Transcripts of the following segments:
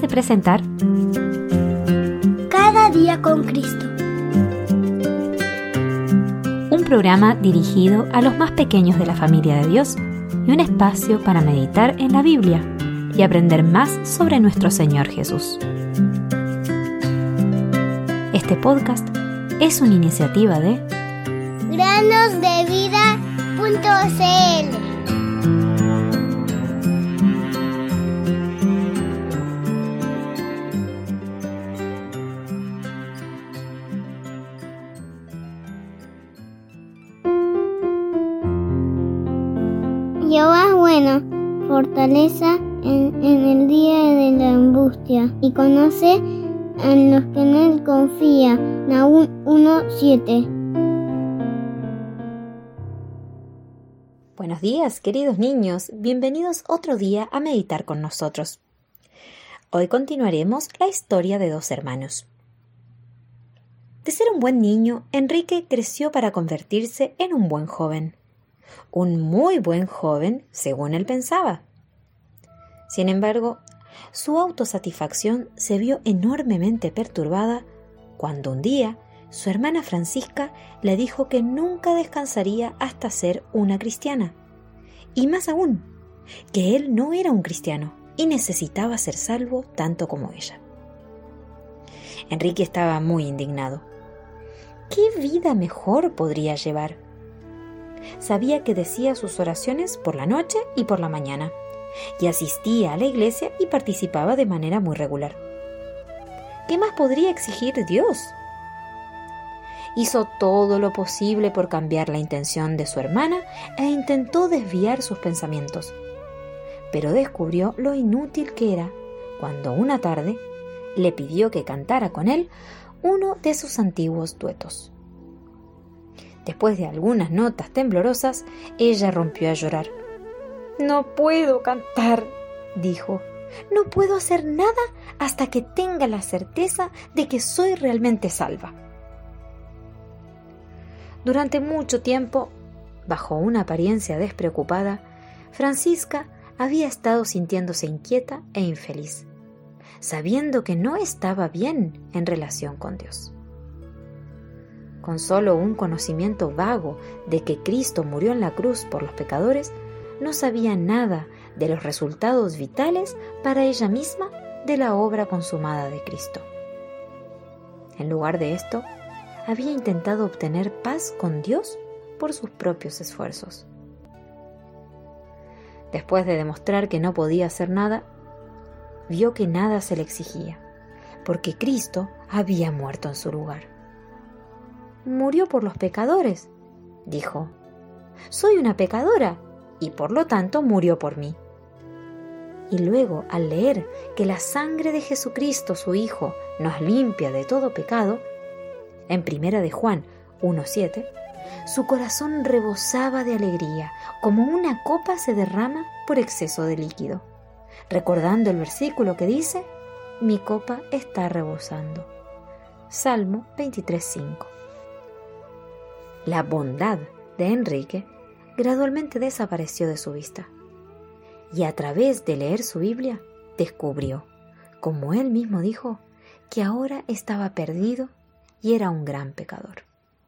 de presentar Cada día con Cristo, un programa dirigido a los más pequeños de la familia de Dios y un espacio para meditar en la Biblia y aprender más sobre nuestro Señor Jesús. Este podcast es una iniciativa de granosdevida.cl. Jehová es bueno, fortaleza en el día de la angustia, y conoce a los que en él confían. Nahum 1:7. Buenos días, queridos niños. Bienvenidos otro día a meditar con nosotros. Hoy continuaremos la historia de dos hermanos. De ser un buen niño, Enrique creció para convertirse en un buen joven. Un muy buen joven, según él pensaba. Sin embargo, su autosatisfacción se vio enormemente perturbada cuando un día su hermana Francisca le dijo que nunca descansaría hasta ser una cristiana. Y más aún, que él no era un cristiano y necesitaba ser salvo tanto como ella. Enrique estaba muy indignado. ¿Qué vida mejor podría llevar? Sabía que decía sus oraciones por la noche y por la mañana, y asistía a la iglesia y participaba de manera muy regular. ¿Qué más podría exigir Dios? Hizo todo lo posible por cambiar la intención de su hermana e intentó desviar sus pensamientos, pero descubrió lo inútil que era cuando una tarde le pidió que cantara con él uno de sus antiguos duetos. Después de algunas notas temblorosas, ella rompió a llorar. «No puedo cantar», dijo. «No puedo hacer nada hasta que tenga la certeza de que soy realmente salva». Durante mucho tiempo, bajo una apariencia despreocupada, Francisca había estado sintiéndose inquieta e infeliz, sabiendo que no estaba bien en relación con Dios. Con solo un conocimiento vago de que Cristo murió en la cruz por los pecadores, no sabía nada de los resultados vitales para ella misma de la obra consumada de Cristo. En lugar de esto, había intentado obtener paz con Dios por sus propios esfuerzos. Después de demostrar que no podía hacer nada, vio que nada se le exigía, porque Cristo había muerto en su lugar. «Murió por los pecadores», dijo. «Soy una pecadora y por lo tanto murió por mí». Y luego, al leer que la sangre de Jesucristo, su Hijo, nos limpia de todo pecado, en 1 de Juan 1:7, su corazón rebosaba de alegría, como una copa se derrama por exceso de líquido, recordando el versículo que dice: «Mi copa está rebosando». Salmo 23:5. La bondad de Enrique gradualmente desapareció de su vista, y a través de leer su Biblia descubrió, como él mismo dijo, que ahora estaba perdido y era un gran pecador.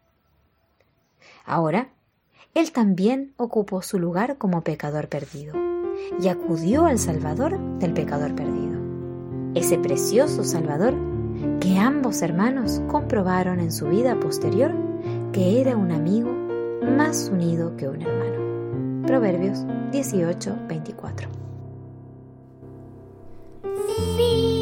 Ahora, él también ocupó su lugar como pecador perdido y acudió al Salvador del pecador perdido, ese precioso Salvador que ambos hermanos comprobaron en su vida posterior que era un amigo más unido que un hermano. Proverbios 18:24. Sí.